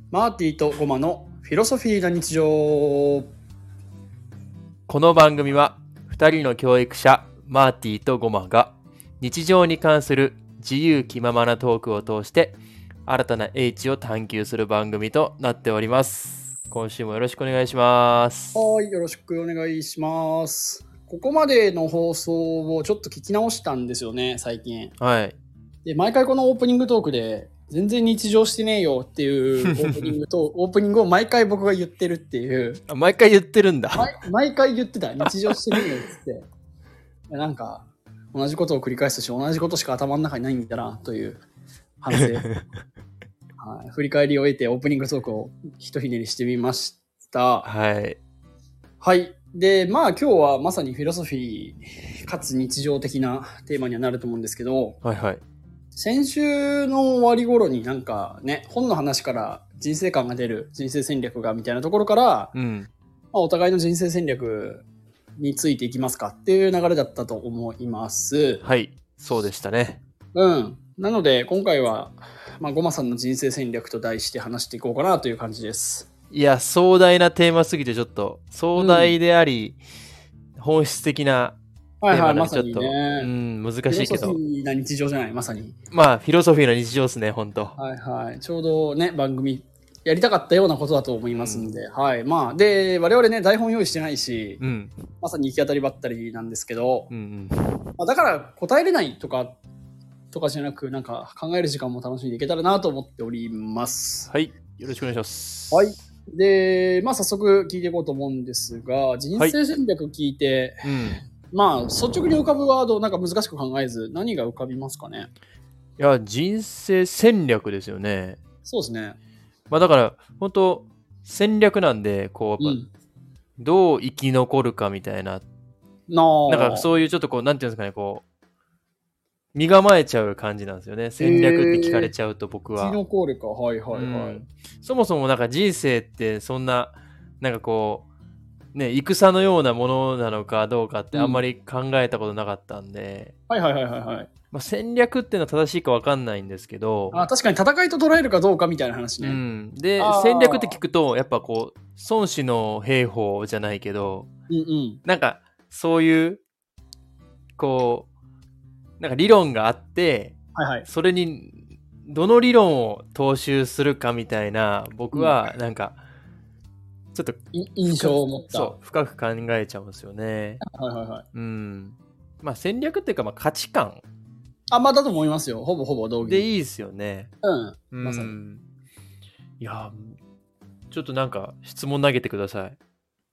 マーティとゴマのフィロソフィーな日常。 この番組は2人の教育者マーティとゴマが日常に関する自由気ままなトークを通して新たな英知を探求する番組となっております。今週もよろしくお願いします。 はい、よろしくお願いします。ここまでの放送をちょっと聞き直したんですよね、最近。 はい。 で、毎回このオープニングトークで全然日常してねえよっていうオープニングを毎回僕が言ってるっていう。 毎回言ってるんだ。 毎回言ってた。日常してねえよっつって。なんか、同じことを繰り返すし、同じことしか頭の中にないんだなという反省。はい、振り返りを得てオープニングトークをひとひねりしてみました。 はい。 はい。で、まあ今日はまさにフィロソフィーかつ日常的なテーマにはなると思うんですけど、 はいはい。 先週の終わり頃になんかね、本の話から人生観が出る、人生戦略がみたいなところから、まあ、お互いの人生戦略についていきますかっていう流れだったと思います。 はい、そうでしたね。 なので今回は、まあ、ゴマさんの人生戦略と題して話していこうかなという感じです。 いや、壮大なテーマすぎてちょっと壮大であり、本質的なテーマなんでちょっと、難しいけど。フィロソフィーな日常じゃない、まさに。 まあ、フィロソフィーな日常ですね、本当。 はいはい。ちょうどね、番組やりたかったようなことだと思いますんで、はい。まあ、で、我々ね、台本用意してないし、まさに行き当たりばったりなんですけど、まあ、だから答えれないとかじゃなく、なんか考える時間も楽しんでいけたらなと思っております。 はい。よろしくお願いします。 はい。で、まあ早速聞いていこうと思うんですが、人生戦略聞いて、まあ率直に浮かぶワードなんか難しく考えず、何が浮かびますかね？ いや、人生戦略ですよね。 そうですね。 まあだから、本当戦略なんで、こう、やっぱ、どう生き残るかみたいな。なんかそういうちょっとこう、なんていうんですかね、こう、身構えちゃう感じなんですよね。戦略って聞かれちゃうと僕は。 生き残るか、はいはいはい。 そもそもなんか人生ってそんな、なんかこう、ね、戦のようなものなのかどうかってあんまり考えたことなかったんで。 はいはいはいはい。 まあ、戦略っていうのは正しいか分かんないんですけど。 確かに戦いと捉えるかどうかみたいな話ね。 で、戦略って聞くと、やっぱこう、孫子の兵法じゃないけど、なんかそういう、こう、なんか理論があって、それにどの理論を踏襲するかみたいな、僕はなんかちょっと印象を持った。 そう、深く考えちゃうんですよね。 はいはいはい。 まあ戦略っていうか、まあ価値観。 まあだと思いますよ。ほぼほぼ同義。 でいいですよね。 まさに。 いや、ちょっとなんか質問投げてください。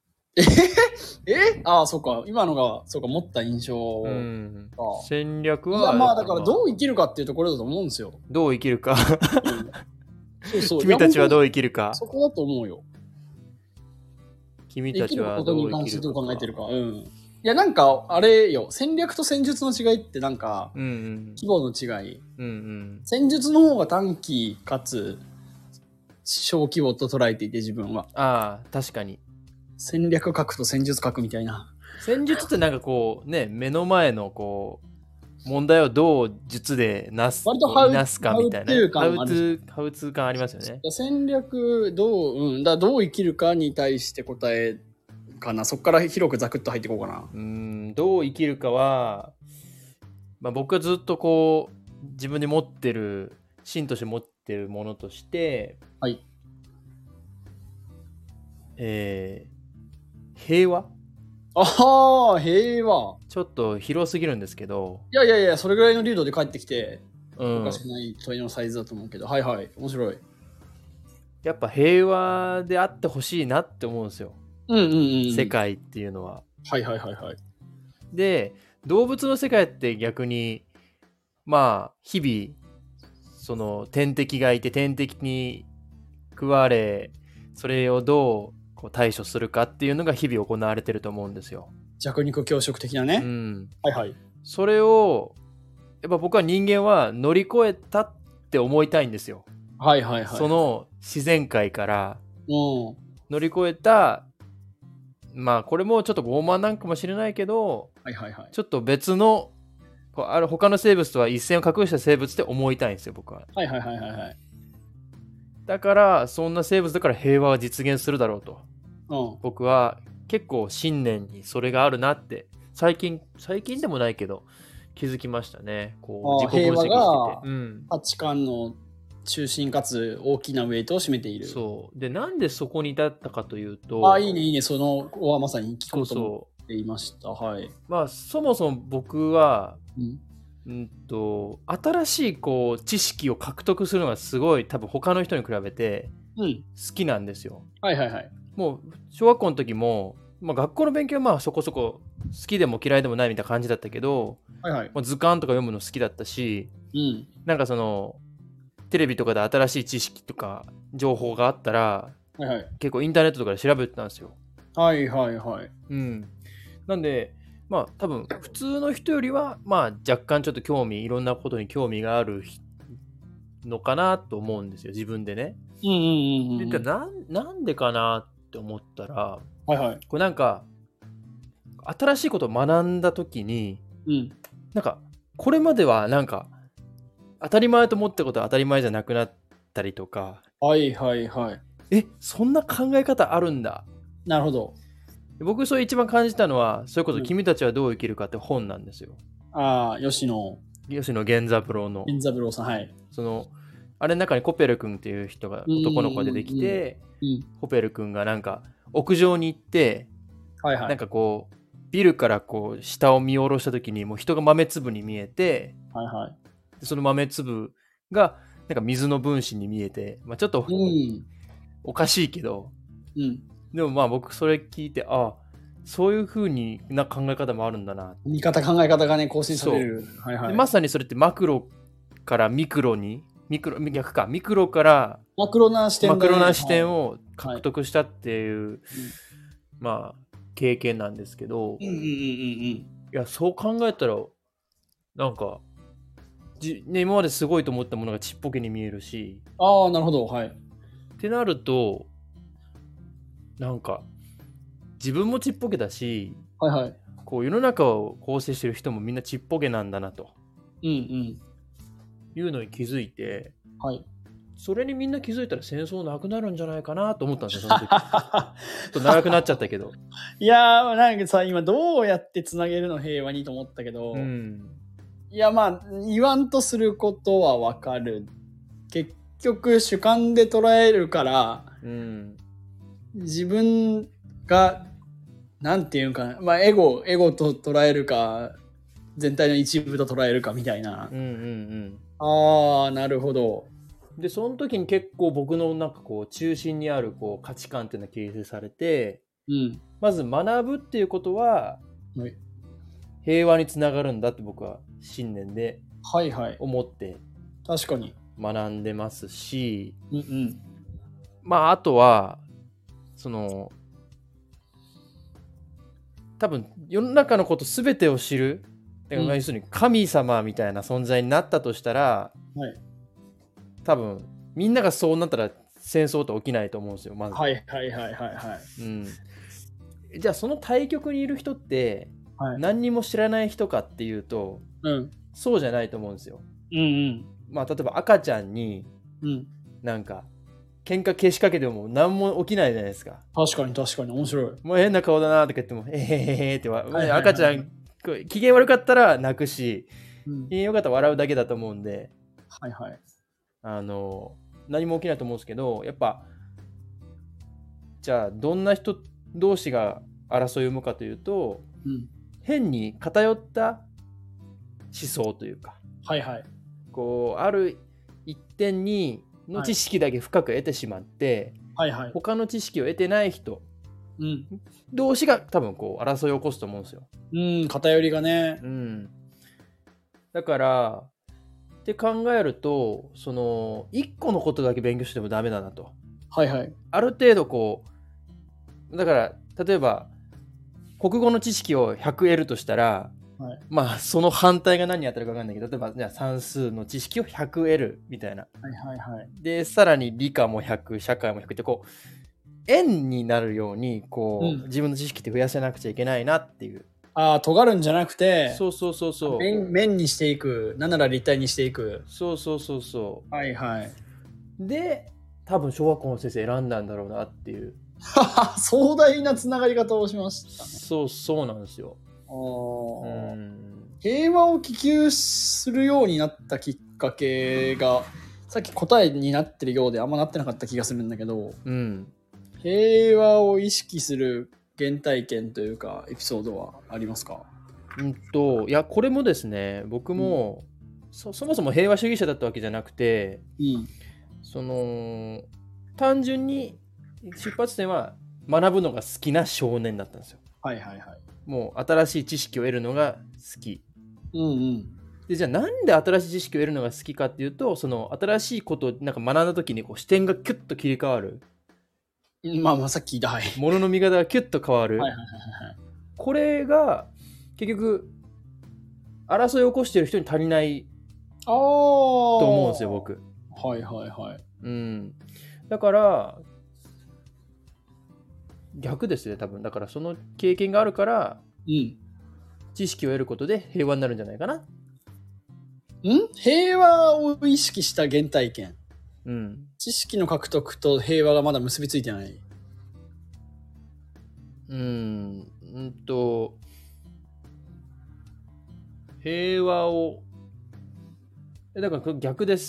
そうか。今のが、そうか、持った印象か。 戦略は。 まあだからどう生きるかっていうところだと思うんですよ。 どう生きるか。 そうそう。 君たちはどう生きるか。 そこだと思うよ。 君たちはどう生きるか。 どう考えてるか。いやなんか、あれよ、戦略と戦術の違いってなんか、規模の違い。戦術の方が短期かつ、小規模と捉えていて自分は。 確かに。 戦略核と戦術核みたいな。 戦術ってなんかこうね、目の前のこう問題をどう術でなすかみたいな。ハウツー感ありますよね。 戦略どう生きるかに対して答えかな。そこから広くざくっと入っていこうかな。 どう生きるかは、まあ、僕はずっとこう自分で持ってる芯として持ってるものとして、平和？ 平和。 ちょっと広すぎるんですけど。 いや、それぐらいの流度で帰ってきて、おかしくない問いのサイズだと思うけど、はいはい、面白い。 やっぱ平和であってほしいなって思うんですよ。世界っていうのは。 はい。 で、動物の世界って逆に、まあ、日々、その天敵がいて天敵に食われ、それをどうこう対処するかっていうのが日々行われてると思うんですよ。 弱肉強食的なね。はい。 それをやっぱ僕は人間は乗り越えたって思いたいんですよ。 はい。 その自然界から乗り越えた、まあこれもちょっと傲慢なんかもしれないけど、ちょっと別の他の生物とは一線を画した生物って思いたいんですよ、僕は。 だからそんな生物だから平和は実現するだろうと、僕は結構信念にそれがあるなって最近でもないけど気づきましたね。こう自己分析してて、 平和が価値観の中心かつ大きなウェイトを占めている。 そうで、なんでそこに至ったかというと、 いいねいいね、その子はまさに聞こうと思っていました。はい。 まあそもそも僕は、新しいこう知識を獲得するのがすごい多分他の人に比べて好きなんですよ。 はいはいはい。 もう小学校の時も、学校の勉強はまあそこそこ好きでも嫌いでもないみたいな感じだったけど、図鑑とか読むの好きだったし、なんかそのテレビとかで新しい知識とか情報があったら、結構インターネットとかで調べてたんですよ。 はいはいはい。 なんで多分普通の人よりは若干ちょっといろんなことに興味があるのかなと思うんですよ、自分でね。でなんでかなって思ったら、これなんか新しいことを学んだ時に、なんかこれまではなんか当たり前と思ったことは当たり前じゃなくなったりとか、そんな考え方あるんだ。 なるほど。 僕それ一番感じたのは、それこそ君たちはどう生きるかって本なんですよ。 吉野源三郎の。 源三郎さん、はい。 あれの中にコペル君っていう人が、男の子が出てきて、コペル君がなんか屋上に行って、なんかこうビルからこう下を見下ろした時にもう人が豆粒に見えて、その豆粒がなんか水の分子に見えて、ちょっとおかしいけど、でも僕それ聞いて、そういう風な考え方もあるんだな。 考え方がね、更新される。 まさにそれってマクロからミクロに、ミクロからマクロな視点を獲得したっていう、経験なんですけど、いや、そう考えたら、なんか、今まですごいと思ったものがちっぽけに見えるし。 なるほど、はい。 ってなると、なんか自分もちっぽけだし、こう世の中を構成してる人もみんなちっぽけなんだなと、いうのに気づいて、それにみんな気づいたら戦争なくなるんじゃないかなと思ったんですよ、その時。ちょっと長くなっちゃったけど。 いやー、なんかさ、今どうやってつなげるの平和にと思ったけど、いや言わんとすることはわかる。結局主観で捉えるから、自分がなんていうかな、エゴと捉えるか全体の一部と捉えるかみたいな。なるほど。 でその時に結構僕のなんかこう中心にあるこう価値観っていうのが形成されて、まず学ぶっていうことは平和につながるんだって僕は信念で思って確かに学んでますし、あとは多分世の中のこと全てを知る、要するに神様みたいな存在になったとしたら、多分みんながそうなったら戦争って起きないと思うんですよ、まず。じゃあその対極にいる人って、何にも知らない人かっていうと、そうじゃないと思うんですよ。例えば赤ちゃんに、なんか喧嘩けしかけても何も起きないじゃないですか。 確かに面白い。 もう変な顔だなとか言ってもって赤ちゃん機嫌悪かったら泣くし、機嫌良かったら笑うだけだと思うんで、何も起きないと思うんですけど、やっぱじゃあどんな人同士が争いを生むかというと、変に偏った思想というか、こうある一点にの知識だけ深く得てしまって、他の知識を得てない人、同士が多分こう争いを起こすと思うんですよ。 偏りがね。 だからって考えると、一個のことだけ勉強してもダメだなと。ある程度こうだから例えば国語の知識を100得るとしたら、その反対が何に当たるか分かんないけど、例えばじゃあ算数の知識を100得るみたいな、でさらに理科も100、社会も100ってこう円になるようにこう、自分の知識って増やせなくちゃいけないなっていう。 尖るんじゃなくて、 そう面にしていく、なんなら立体にしていく。 そうで多分小学校の先生選んだんだろうなっていう。 壮大なつながり方をしましたね。 そうなんですよ。 平和を希求するようになったきっかけがさっき答えになってるようであんまなってなかった気がするんだけど、平和を意識する原体験というかエピソードはありますか？ いやこれもですね、僕も、そもそも平和主義者だったわけじゃなくて、単純に出発点は学ぶのが好きな少年だったんですよ。もう新しい知識を得るのが好き。でじゃあなんで新しい知識を得るのが好きかっていうと、その新しいことをなんか学んだ時にこう視点がキュッと切り替わる。 さっき言った、 ものの見方がキュッと変わる。これが結局争いを起こしている人に足りないと思うんですよ、僕。だから逆ですね、多分。だからその経験があるから、知識を得ることで平和になるんじゃないかな。 平和を意識した原体験。知識の獲得と平和がまだ結びついてない。 平和をだから逆です。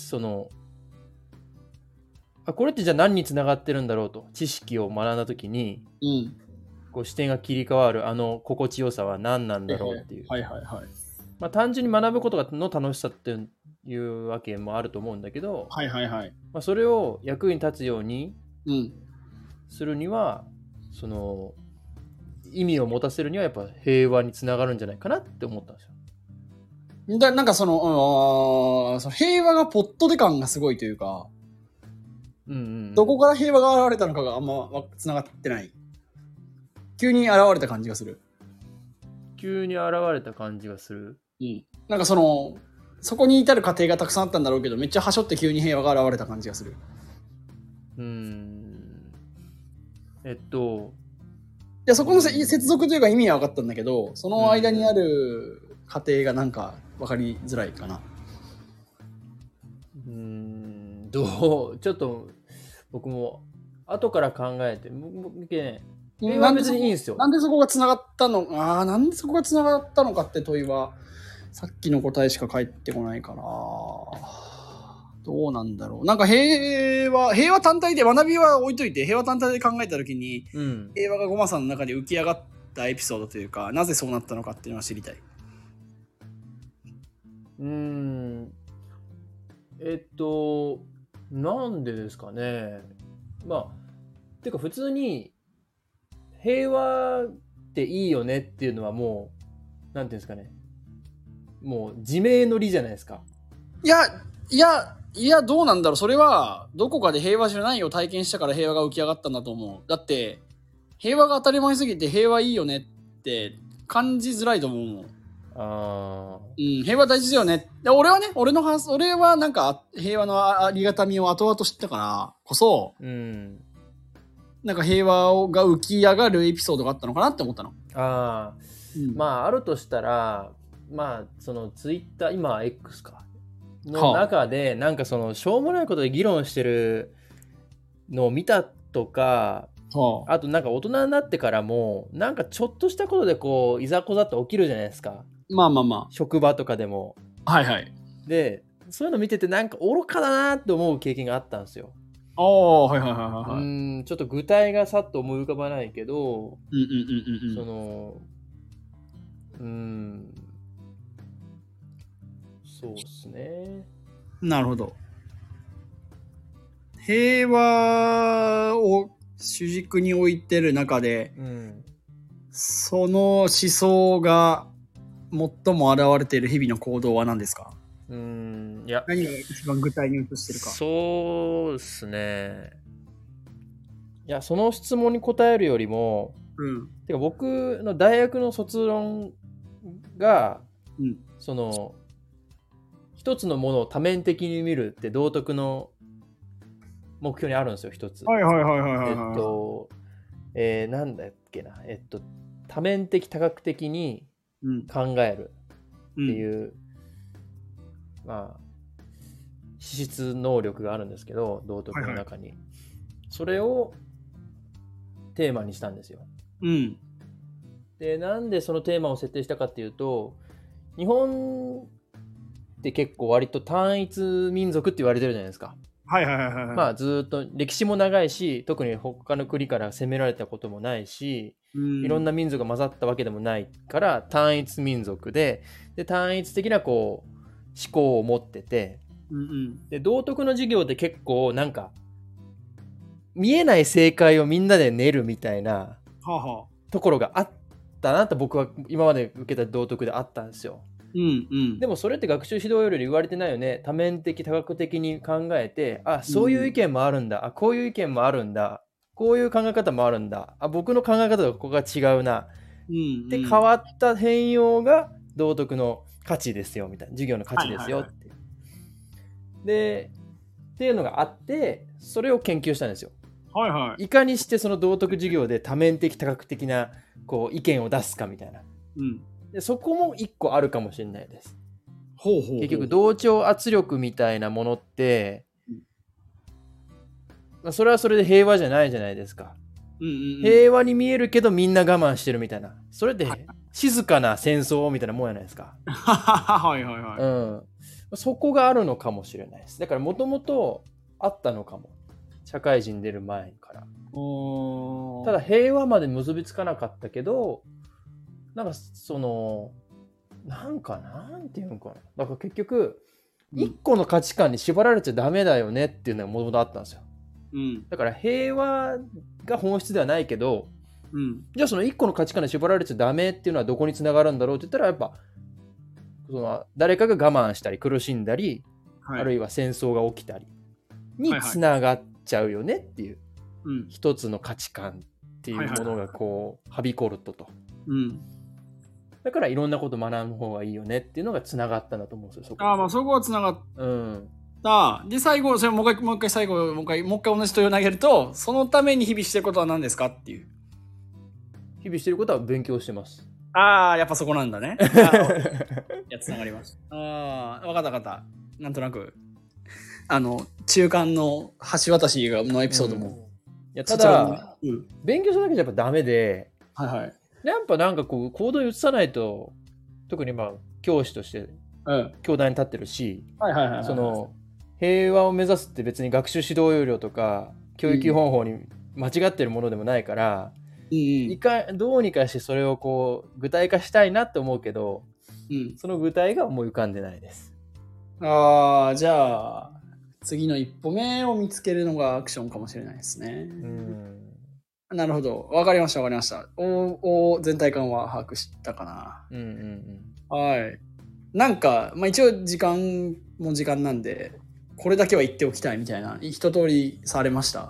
これってじゃあ何につながってるんだろうと、知識を学んだ時に、こう視点が切り替わる心地よさは何なんだろうっていう。単純に学ぶことの楽しさっていうわけもあると思うんだけど、それを役に立つようにするには、その意味を持たせるにはやっぱ平和につながるんじゃないかなって思ったんですよ。 なんかその平和がポットで感がすごいというか、どこから平和が現れたのかがあんまつながってない。急に現れた感じがする。なんかそこに至る過程がたくさんあったんだろうけど、めっちゃはしょって急に平和が現れた感じがする。いや、そこの接続というか意味は分かったんだけど、その間にある過程がなんか分かりづらいかな。 ちょっと僕も後から考えて、平和は別にいいんですよ。 なんでそこが繋がったのかって問いはさっきの答えしか返ってこないから、どうなんだろう。なんか平和単体で、学びは置いといて平和単体で考えた時に、平和がゴマさんの中で浮き上がったエピソードというか、なぜそうなったのかっていうのは知りたい。 なんでですかね。てか普通に平和っていいよねっていうのはもう、なんていうんですかね。もう自明の理じゃないですか。 いや、どうなんだろう。それは、どこかで平和じゃないを体験したから平和が浮き上がったんだと思う。だって、平和が当たり前すぎて平和いいよねって感じづらいと思う。平和大事だよね。俺はね、俺はなんか平和のありがたみを後々知ったからこそ、なんか平和が浮き上がるエピソードがあったのかなって思ったの。 あるとしたら、そのツイッター、今は X かの中で、なんかそのしょうもないことで議論してるのを見たとか、あとなんか大人になってからもなんかちょっとしたことでこういざこざって起きるじゃないですか。職場とかでも。で、そういうの見ててなんか愚かだなって思う経験があったんですよ。ちょっと具体がさっと思い浮かばないけど、そうですね。 なるほど。平和を主軸に置いてる中で、その思想が最も現れている日々の行動は何ですか？何が一番具体に移してるか。 そうですね。いや、その質問に答えるよりも、てか僕の大学の卒論が、その一つのものを多面的に見るって道徳の目標にあるんですよ、一つ。なんだっけな、多面的多角的に考えるっていう、資質能力があるんですけど、道徳の中に。 それをテーマにしたんですよ。 うん。 で、なんでそのテーマを設定したかっていうと、日本って結構割と単一民族って言われてるじゃないですか。 はいはいはいはい。 まあずっと歴史も長いし、特に他の国から攻められたこともないし、いろんな民族が混ざったわけでもないから単一民族で、単一的なこう思考を持ってて、で道徳の授業で結構なんか見えない正解をみんなで練るみたいなところがあったなと僕は今まで受けた道徳であったんですよ。でもそれって学習指導要領で言われてないよね。多面的多角的に考えて、あ、そういう意見もあるんだ、あ、こういう意見もあるんだ、こういう考え方もあるんだ、あ、僕の考え方とここが違うな、で変わった変容が道徳の価値ですよみたいな、授業の価値ですよって、でっていうのがあって、それを研究したんですよ。いかにしてその道徳授業で多面的多角的なこう意見を出すかみたいな、でそこも一個あるかもしれないです。結局同調圧力みたいなものって、それはそれで平和じゃないじゃないですか。平和に見えるけどみんな我慢してるみたいな、それって静かな戦争みたいなもんじゃないですか。そこがあるのかもしれないです。だからもともとあったのかも、社会人出る前から。ただ平和まで結びつかなかったけど、なんかそのなんていうのかな、だから結局一個の価値観に縛られちゃダメだよねっていうのがもともとあったんですよ。だから平和が本質ではないけど、じゃあその一個の価値観に縛られちゃダメっていうのはどこにつながるんだろうって言ったら、やっぱその誰かが我慢したり苦しんだり、あるいは戦争が起きたりにつながっちゃうよねっていう、一つの価値観っていうものがこうはびこると。だからいろんなこと学ぶ方がいいよねっていうのがつながったんだと思うんですよ。 そこはつながった。で、最後、それもう一回最後、もう一回同じ問いを投げると、そのために日々してることは何ですかっていう。 日々してることは勉強してます。 やっぱそこなんだね。つながりました。わかった。なんとなく、中間の橋渡しのエピソードも。 ただ、勉強するだけじゃやっぱダメで、やっぱなんかこう行動に移さないと、特に教師として教壇に立ってるし、その平和を目指すって別に学習指導要領とか教育方法に間違ってるものでもないから、どうにかしてそれをこう具体化したいなって思うけど、その具体が思い浮かんでないです。 じゃあ次の一歩目を見つけるのがアクションかもしれないですね。なるほど。わかりました。全体感は把握したかな。なんか、一応時間なんで、これだけは言っておきたいみたいな、一通りされました？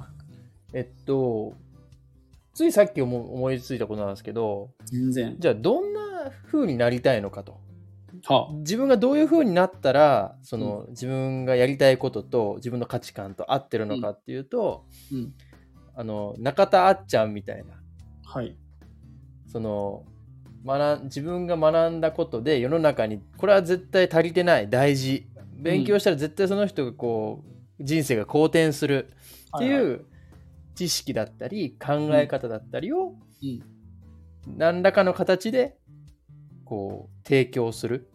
ついさっき思いついたことなんですけど、 全然。 じゃあどんな風になりたいのかと。自分がどういう風になったら、その、自分がやりたいことと自分の価値観と合ってるのかっていうと、中田あっちゃんみたいな、その自分が学んだことで世の中にこれは絶対足りてない、大事、勉強したら絶対その人がこう人生が好転するっていう知識だったり考え方だったりを何らかの形でこう提供する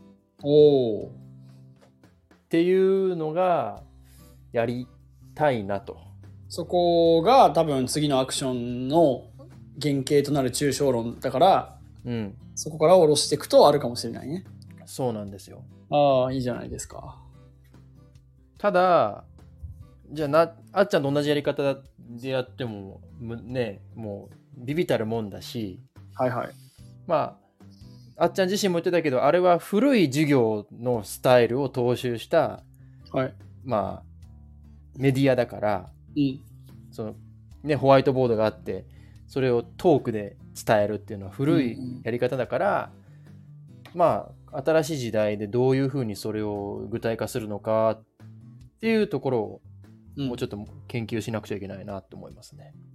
っていうのがやりたいなと。 そこが多分次のアクションの原型となる抽象論だから、そこから下ろしていくとあるかもしれないね。 そうなんですよ。 いいじゃないですか。 ただじゃああっちゃんと同じやり方でやってもね、もうビビたるもんだし、あっちゃん自身も言ってたけど、あれは古い授業のスタイルを踏襲した、メディアだから、そのね、ホワイトボードがあってそれをトークで伝えるっていうのは古いやり方だから、新しい時代でどういうふうにそれを具体化するのかっていうところをもうちょっと研究しなくちゃいけないなと思いますね。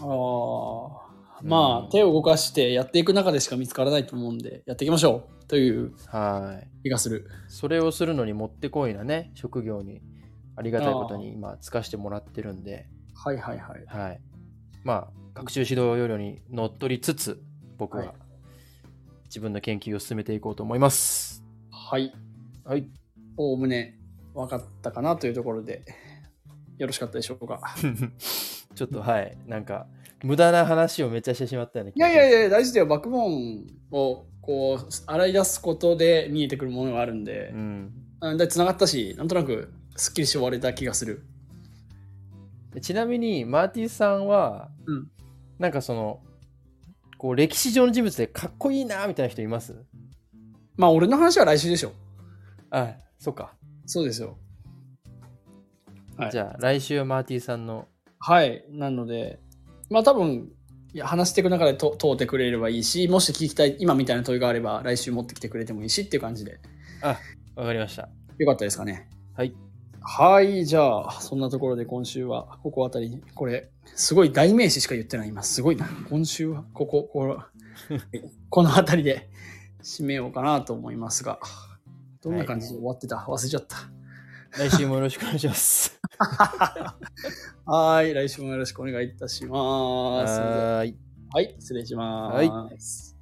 手を動かしてやっていく中でしか見つからないと思うんで、やっていきましょうという気がする。 それをするのにもってこいなね、職業にありがたいことに今つかしてもらってるんで、 はいはいはい。 はい。まあ、学習指導要領にのっとりつつ、僕は自分の研究を進めていこうと思います。 はい。 はい。 おおむね分かったかなというところで、よろしかったでしょうか。 ちょっとはい。なんか、無駄な話をめっちゃしてしまったよね。 いやいやいや、大事だよ。バックボーンをこう、洗い出すことで見えてくるものがあるんで、で、繋がったし、なんとなくすっきりして終われた気がする。 ちなみに、マーティさんは、なんかこう、歴史上の人物でかっこいいなみたいな人います？ まあ、俺の話は来週でしょ。 あ、そっか。 そうですよ。 はい、じゃあ、来週はマーティさんの。 はい。なので、まあ多分、話していく中で通ってくれればいいし、もし聞きたい、今みたいな問いがあれば、来週持ってきてくれてもいいしっていう感じで。 あ、わかりました。 よかったですかね。 はい。 はい。じゃあ、そんなところで今週は、ここあたりに、これ、すごい代名詞しか言ってない。今、すごいな。今週は、このあたりで締めようかなと思いますが、どんな感じで終わってた？忘れちゃった。 来週もよろしくお願いします。 はい。来週もよろしくお願いいたします。 はい。 はい。失礼します。 はい。